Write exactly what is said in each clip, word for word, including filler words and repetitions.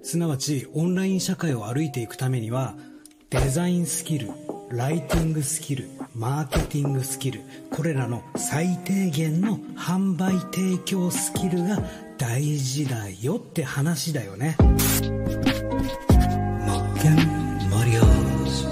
すなわちオンライン社会を歩いていくためには、デザインスキル、ライティングスキル、マーケティングスキル、これらの最低限の販売提供スキルが大事だよって話だよね。マッケンマリアーズ。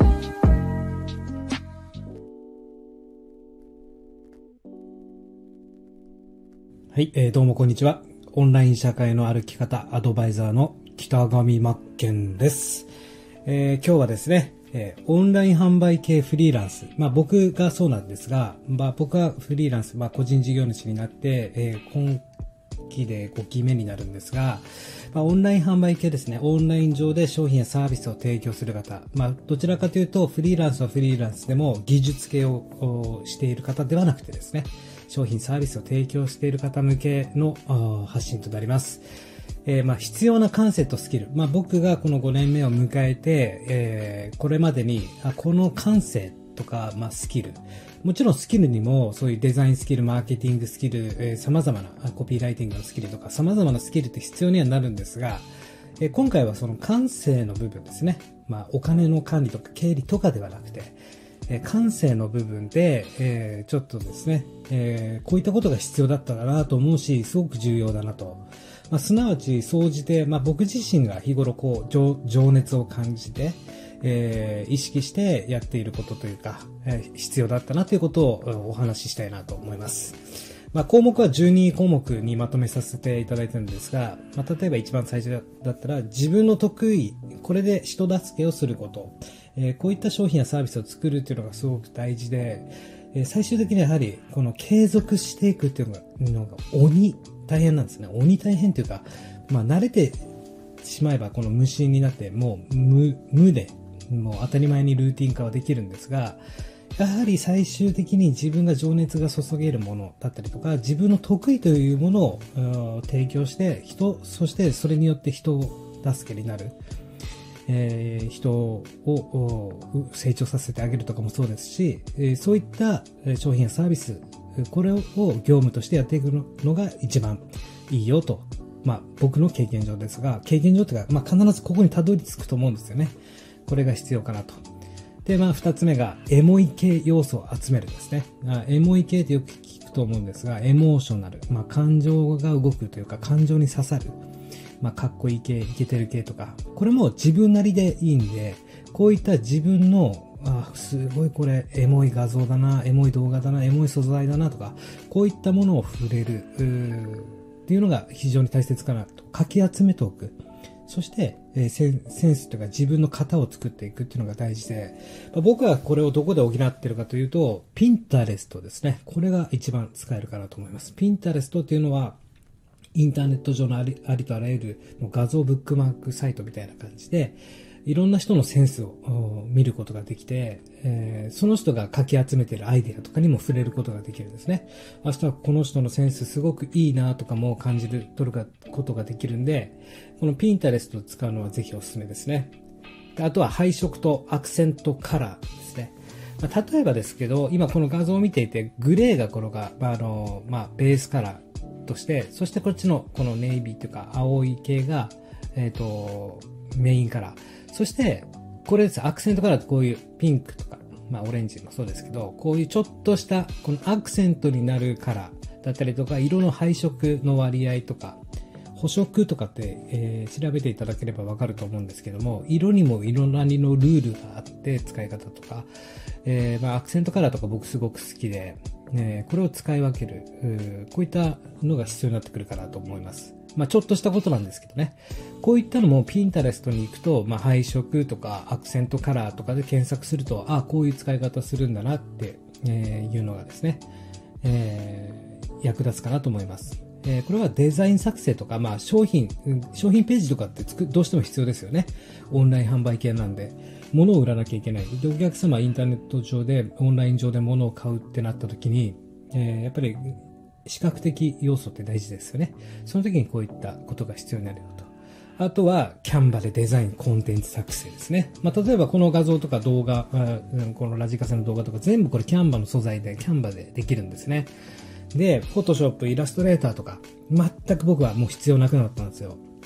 はい、えー、どうもこんにちは。オンライン社会の歩き方アドバイザーの北上マッケンです。えー、今日はですね、えー、オンライン販売系フリーランス。まあ僕がそうなんですが、まあ僕はフリーランス、まあ個人事業主になって、えー、今期でごきめになるんですが、まあオンライン販売系ですね。オンライン上で商品やサービスを提供する方。まあどちらかというとフリーランスはフリーランスでも技術系をしている方ではなくてですね、商品サービスを提供している方向けの発信となります。えー、まあ必要な感性とスキル。まあ僕がこのごねんめを迎えて、えー、これまでに、あこの感性とか、まあスキル。もちろんスキルにもそういうデザインスキル、マーケティングスキル、えー、様々なコピーライティングのスキルとか様々なスキルって必要にはなるんですが、えー、今回はその感性の部分ですね。まあお金の管理とか経理とかではなくて、えー、感性の部分で、えー、ちょっとですね、えー、こういったことが必要だったかなと思うし、すごく重要だなと。まあ、すなわち、総じて、まあ、僕自身が日頃こう、情、情熱を感じて、えー、意識してやっていることというか、えー、必要だったなということをお話ししたいなと思います。まあ、項目はじゅうにこうもくにまとめさせていただいてるんですが、まあ、例えば一番最初だったら、自分の得意、これで人助けをすること、えー、こういった商品やサービスを作るっていうのがすごく大事で、えー、最終的にはやはり、この継続していくっていうのが、のが鬼、大変なんですね。鬼大変というか、まあ慣れてしまえばこの無心になってもう無、無で、もう当たり前にルーティン化はできるんですが、やはり最終的に自分が情熱が注げるものだったりとか、自分の得意というものを提供して人、そしてそれによって人を助けになる。えー、人を成長させてあげるとかもそうですし、えー、そういった商品やサービス、これを業務としてやっていくのが一番いいよと。まあ僕の経験上ですが、経験上というか、まあ必ずここにたどり着くと思うんですよね。これが必要かなと。で、まあ二つ目がエモい系要素を集めるですね。エモい系ってよく聞くと思うんですが、エモーショナル。まあ感情が動くというか感情に刺さる。まあかっこいい系、イケてる系とか。これも自分なりでいいんで、こういった自分のあ、すごいこれ、エモい画像だな、エモい動画だな、エモい素材だなとか、こういったものを触れる、っていうのが非常に大切かなと。かき集めておく。そして、えー、セン、センスというか自分の型を作っていくっていうのが大事で、まあ、僕はこれをどこで補ってるかというと、ピンタレストですね。これが一番使えるかなと思います。ピンタレストっていうのは、インターネット上のあり、ありとあらゆるもう画像ブックマークサイトみたいな感じで、いろんな人のセンスを見ることができて、えー、その人が書き集めているアイデアとかにも触れることができるんですね。明日はこの人のセンスすごくいいなとかも感じる、取ることができるんで、このピンタレストを使うのはぜひおすすめですね。あとは配色とアクセントカラーですね。まあ、例えばですけど、今この画像を見ていて、グレーがこれが、まあ、あの、まあ、ベースカラーとして、そしてこっちのこのネイビーというか青い系が、えっと、メインカラー。そして、これです。アクセントカラーってこういうピンクとか、まあオレンジもそうですけど、こういうちょっとしたこのアクセントになるカラーだったりとか、色の配色の割合とか、補色とかって、えー、調べていただければわかると思うんですけども、色にも色なりのルールがあって使い方とか、えー、まあアクセントカラーとか僕すごく好きで、ね、これを使い分ける、こういったのが必要になってくるかなと思います。まあちょっとしたことなんですけどね。こういったのもピンタレストに行くと、まあ配色とかアクセントカラーとかで検索すると、ああ、こういう使い方するんだなって、えー、いうのがですね、えー、役立つかなと思います。えー、これはデザイン作成とか、まあ商品、商品ページとかってつく、どうしても必要ですよね。オンライン販売系なんで。物を売らなきゃいけない。で、お客様はインターネット上で、オンライン上で物を買うってなった時に、えー、やっぱり視覚的要素って大事ですよね。その時にこういったことが必要になるよと。あとは、キャンバでデザイン、コンテンツ作成ですね。まあ、例えばこの画像とか動画、このラジカセの動画とか全部これキャンバの素材で、キャンバでできるんですね。で、フォトショップ、イラストレーターとか、全く僕はもう必要なくなったんですよ。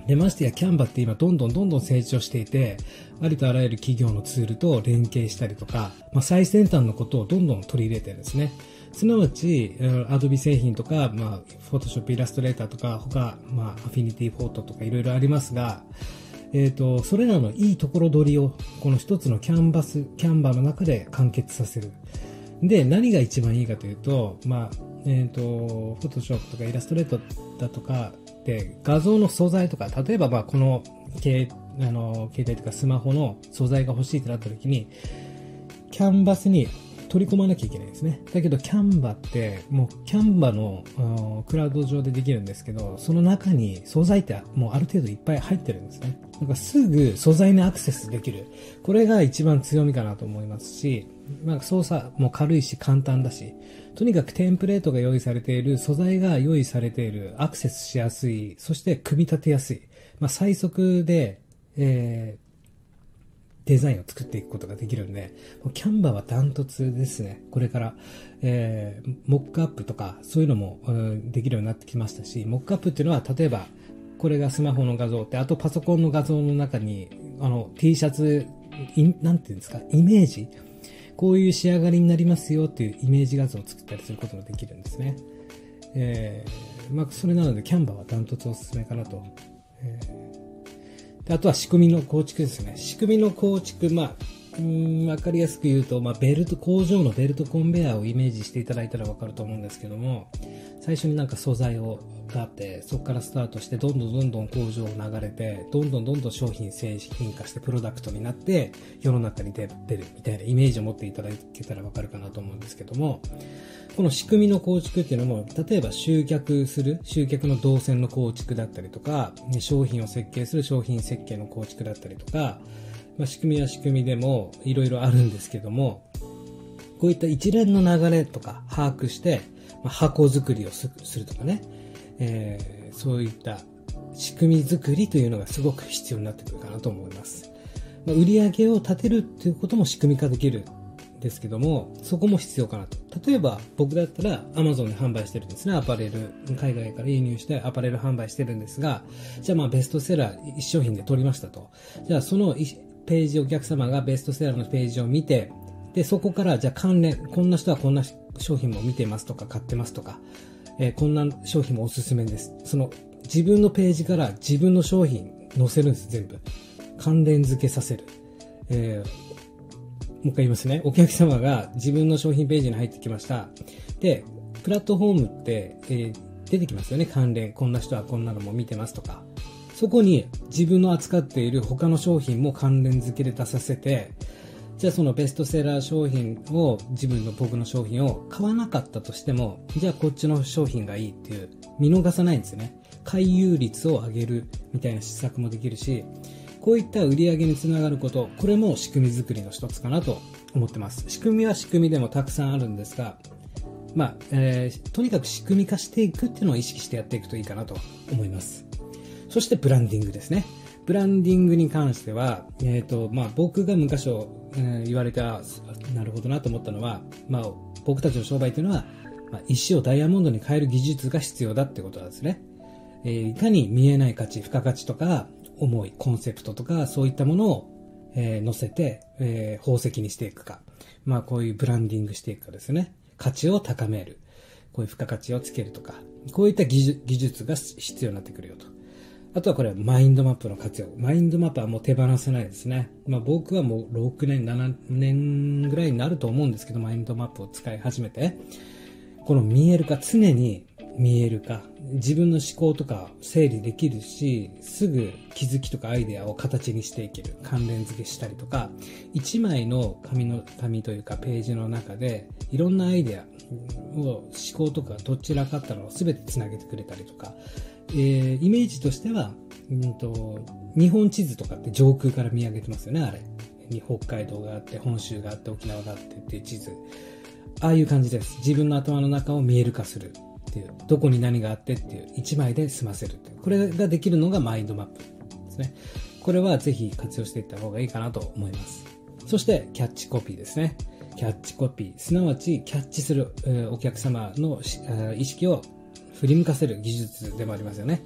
で、ましてやキャンバって今どんどんどんどん成長していて、ありとあらゆる企業のツールと連携したりとか、まあ、最先端のことをどんどん取り入れてるんですね。すなわち、Adobe 製品とか、まあ、Photoshop、Illustrator とか、他、まあ、Affinity Photo とかいろいろありますが、えっと、それらのいいところ取りを、この一つのキャンバス、キャンバーの中で完結させる。で、何が一番いいかというと、まあ、えっと、Photoshop とか Illustrator だとか、で、画像の素材とか、例えばまあ、この、携あの携帯とかスマホの素材が欲しいってなった時に、キャンバスに取り込まなきゃいけないんですね。だけどキャンバってもうキャンバのクラウド上でできるんですけど、その中に素材ってもうある程度いっぱい入ってるんですね。だからすぐ素材にアクセスできる。これが一番強みかなと思いますし、まあ、操作も軽いし簡単だし、とにかくテンプレートが用意されている、素材が用意されている、アクセスしやすい、そして組み立てやすい。まあ、最速で、えー、デザインを作っていくことができるんで、キャンバーはダントツですね。これから、えー、モックアップとかそういうのも、うん、できるようになってきましたし、モックアップっていうのは例えばこれがスマホの画像って、あとパソコンの画像の中にあの T シャツなんていうんですか、イメージ、こういう仕上がりになりますよっていうイメージ画像を作ったりすることができるんですね。えー、まあそれなのでキャンバーはダントツおすすめかなと。えーあとは仕組みの構築ですね。仕組みの構築、まあ、うーん、わかりやすく言うと、まあ、ベルト、工場のベルトコンベヤーをイメージしていただいたらわかると思うんですけども、最初になんか素材をがあって、そこからスタートして、どんどんどんどん工場を流れて、どんどんどんどん商品製品化してプロダクトになって、世の中に出るみたいなイメージを持っていただけたらわかるかなと思うんですけども、この仕組みの構築っていうのも、例えば集客する、集客の動線の構築だったりとか、商品を設計する商品設計の構築だったりとか、まあ、仕組みは仕組みでもいろいろあるんですけども、こういった一連の流れとか把握して、まあ、箱作りをするとかね、えー、そういった仕組み作りというのがすごく必要になってくるかなと思います。まあ、売り上げを立てるということも仕組み化できるですけども、そこも必要かなと。例えば僕だったら Amazon で販売してるんですね。アパレル、海外から輸入してアパレル販売してるんですが、じゃあまあベストセラーいち商品で取りましたと。じゃあそのページ、お客様がベストセラーのページを見て、でそこからじゃあ関連、こんな人はこんな商品も見てますとか買ってますとか、えー、こんな商品もおすすめです。その自分のページから自分の商品載せるんです。全部関連付けさせる。えーもう一回言いますね。お客様が自分の商品ページに入ってきました。で、プラットフォームって、えー、出てきますよね。関連。こんな人はこんなのも見てますとか。そこに自分の扱っている他の商品も関連付けで出させて、じゃあそのベストセラー商品を、自分の僕の商品を買わなかったとしても、じゃあこっちの商品がいいっていう、見逃さないんですよね。回遊率を上げるみたいな施策もできるし、こういった売り上げにつながること、これも仕組み作りの一つかなと思ってます。仕組みは仕組みでもたくさんあるんですが、まあ、えー、とにかく仕組み化していくっていうのを意識してやっていくといいかなと思います。そしてブランディングですね。ブランディングに関しては、えっと、まあ、僕が昔を、えー、言われた、なるほどなと思ったのは、まあ、僕たちの商売というのは、まあ、石をダイヤモンドに変える技術が必要だってことなんですね。えー、いかに見えない価値、付加価値とか、思い、コンセプトとか、そういったものを、えー、載せて、えー、宝石にしていくか。まあ、こういうブランディングしていくかですね。価値を高める。こういう付加価値をつけるとか。こういった技術、技術が必要になってくるよと。あとはこれはマインドマップの活用。マインドマップはもう手放せないですね。まあ僕はもうろくねん、ななねんぐらいになると思うんですけど、マインドマップを使い始めて。この見える化、常に見える化、自分の思考とか整理できるし、すぐ気づきとかアイデアを形にしていける。関連付けしたりとか、一枚の紙の、紙というかページの中で、いろんなアイデアを思考とかどちらかったのを全てつなげてくれたりとか、えー、イメージとしては、うんと、日本地図とかって上空から見上げてますよね、あれ。北海道があって、本州があって、沖縄があってっていう地図。ああいう感じです。自分の頭の中を見える化するっていう。どこに何があってっていう。一枚で済ませるっていう。これができるのがマインドマップですね。これはぜひ活用していった方がいいかなと思います。そして、キャッチコピーですね。キャッチコピー。すなわち、キャッチする、えー、お客様の意識を振り向かせる技術でもありますよね。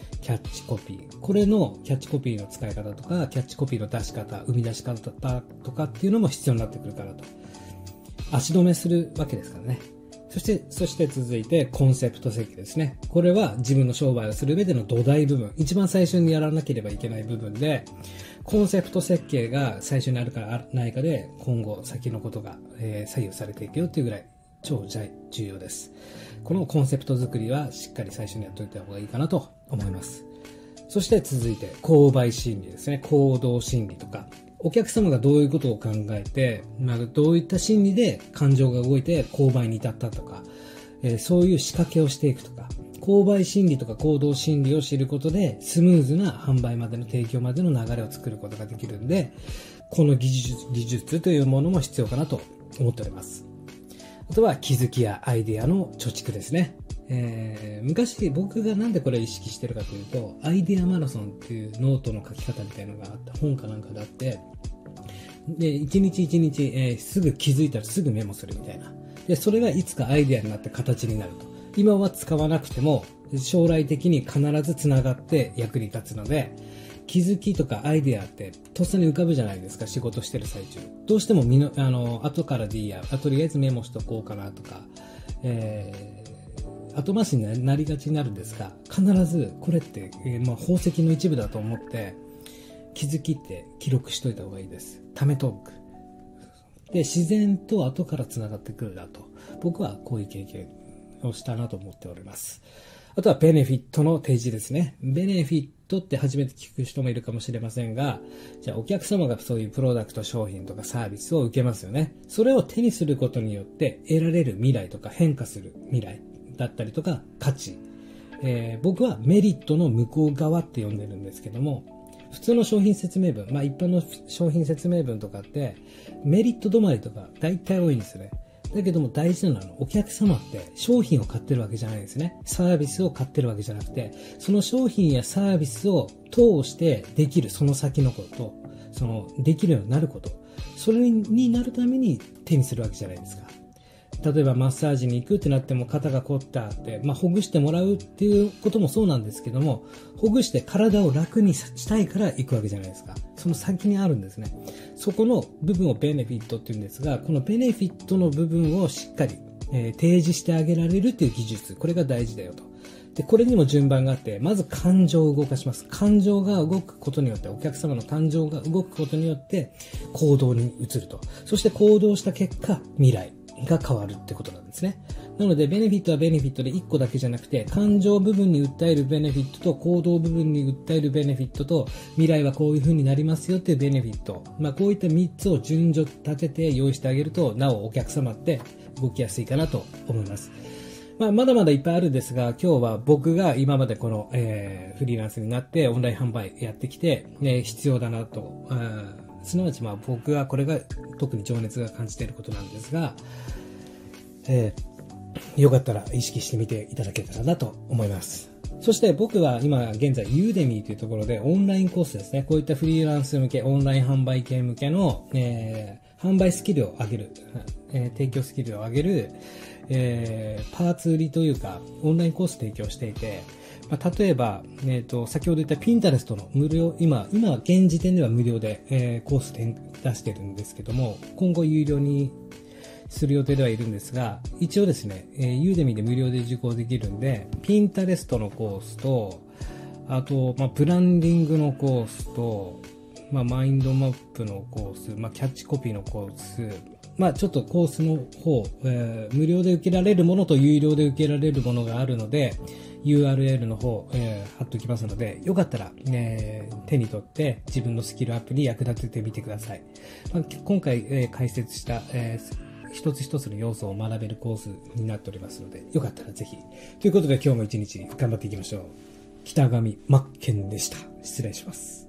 キャッチコピー。これのキャッチコピーの使い方とか、キャッチコピーの出し方、生み出し方とかっていうのも必要になってくるかなと。足止めするわけですからね。そして、そして続いてコンセプト設計ですね。これは自分の商売をする上での土台部分。一番最初にやらなければいけない部分で、コンセプト設計が最初にあるかないかで、今後先のことが、えー、左右されていくよっていうぐらい超重要です。このコンセプト作りはしっかり最初にやっておいた方がいいかなと思います。そして続いて、購買心理ですね。行動心理とか。お客様がどういうことを考えて、まあ、どういった心理で感情が動いて購買に至ったとか、えー、そういう仕掛けをしていくとか、購買心理とか行動心理を知ることで、スムーズな販売までの提供までの流れを作ることができるんで、この技術、技術というものも必要かなと思っております。あとは気づきやアイデアの貯蓄ですね。えー、昔僕がなんでこれを意識してるかというと、アイデアマラソンっていうノートの書き方みたいなのがあった、本かなんかであって、で、一日一日、えー、すぐ気づいたらすぐメモするみたいな。で、それがいつかアイデアになって形になると。今は使わなくても、将来的に必ず繋がって役に立つので、気づきとかアイデアってとっさに浮かぶじゃないですか、仕事してる最中。どうしてもみの、あの、後からでいいや、とりあえずメモしとこうかなとか、えー、後回しになりがちになるんですが、必ずこれって、えー、まあ、宝石の一部だと思って、気づきって記録しといた方がいいです。貯めとく。で、自然と後から繋がってくるだと。僕はこういう経験をしたなと思っております。あとはベネフィットの提示ですね。ベネフィットって初めて聞く人もいるかもしれませんが、じゃあお客様がそういうプロダクト、商品とかサービスを受けますよね。それを手にすることによって得られる未来とか変化する未来だったりとか価値。えー、僕はメリットの向こう側って呼んでるんですけども、普通の商品説明文、まあ一般の商品説明文とかってメリット止まりとか大体多いんですよね。だけども大事なのはお客様って商品を買ってるわけじゃないんですね。サービスを買ってるわけじゃなくて、その商品やサービスを通してできるその先のこと、そのできるようになること、それになるために手にするわけじゃないですか。例えばマッサージに行くってなっても肩が凝ったって、まあ、ほぐしてもらうっていうこともそうなんですけども、ほぐして体を楽にしたいから行くわけじゃないですか。その先にあるんですね。そこの部分をベネフィットって言うんですが、このベネフィットの部分をしっかり、えー、提示してあげられるっていう技術、これが大事だよと。で、これにも順番があって、まず感情を動かします。感情が動くことによって、お客様の感情が動くことによって行動に移ると。そして行動した結果、未来が変わるってことなんですね。なので、ベネフィットはベネフィットでいっこだけじゃなくて、感情部分に訴えるベネフィットと、行動部分に訴えるベネフィットと、未来はこういう風になりますよっていうベネフィット。まあ、こういったみっつを順序立てて用意してあげると、なおお客様って動きやすいかなと思います。まあ、まだまだいっぱいあるんですが、今日は僕が今までこの、えー、フリーランスになってオンライン販売やってきて、ね、必要だなと、すなわちまあ僕はこれが特に情熱が感じていることなんですが、えー、よかったら意識してみていただけたらなと思います。そして僕は今現在ユーデミーというところでオンラインコースですね、こういったフリーランス向け、オンライン販売系向けの、えー、販売スキルを上げる、えー、提供スキルを上げる、えー、パーツ売りというかオンラインコース提供していて、まあ、例えば、えーと、先ほど言ったピンタレストの無料、今、今現時点では無料で、えー、コース出してるんですけども、今後有料にする予定ではいるんですが、一応ですね、えー、ユーデミで無料で受講できるんで、ピンタレストのコースと、あと、まあ、ブランディングのコースと、まあ、マインドマップのコース、まあ、キャッチコピーのコース、まあ、ちょっとコースの方、えー、無料で受けられるものと有料で受けられるものがあるので、ユーアールエル の方、えー、貼っておきますので、よかったら、えー、手に取って自分のスキルアップに役立ててみてください。まあ、今回、えー、解説した、えー、一つ一つの要素を学べるコースになっておりますので、よかったらぜひ。ということで今日も一日頑張っていきましょう。北上真剣でした。失礼します。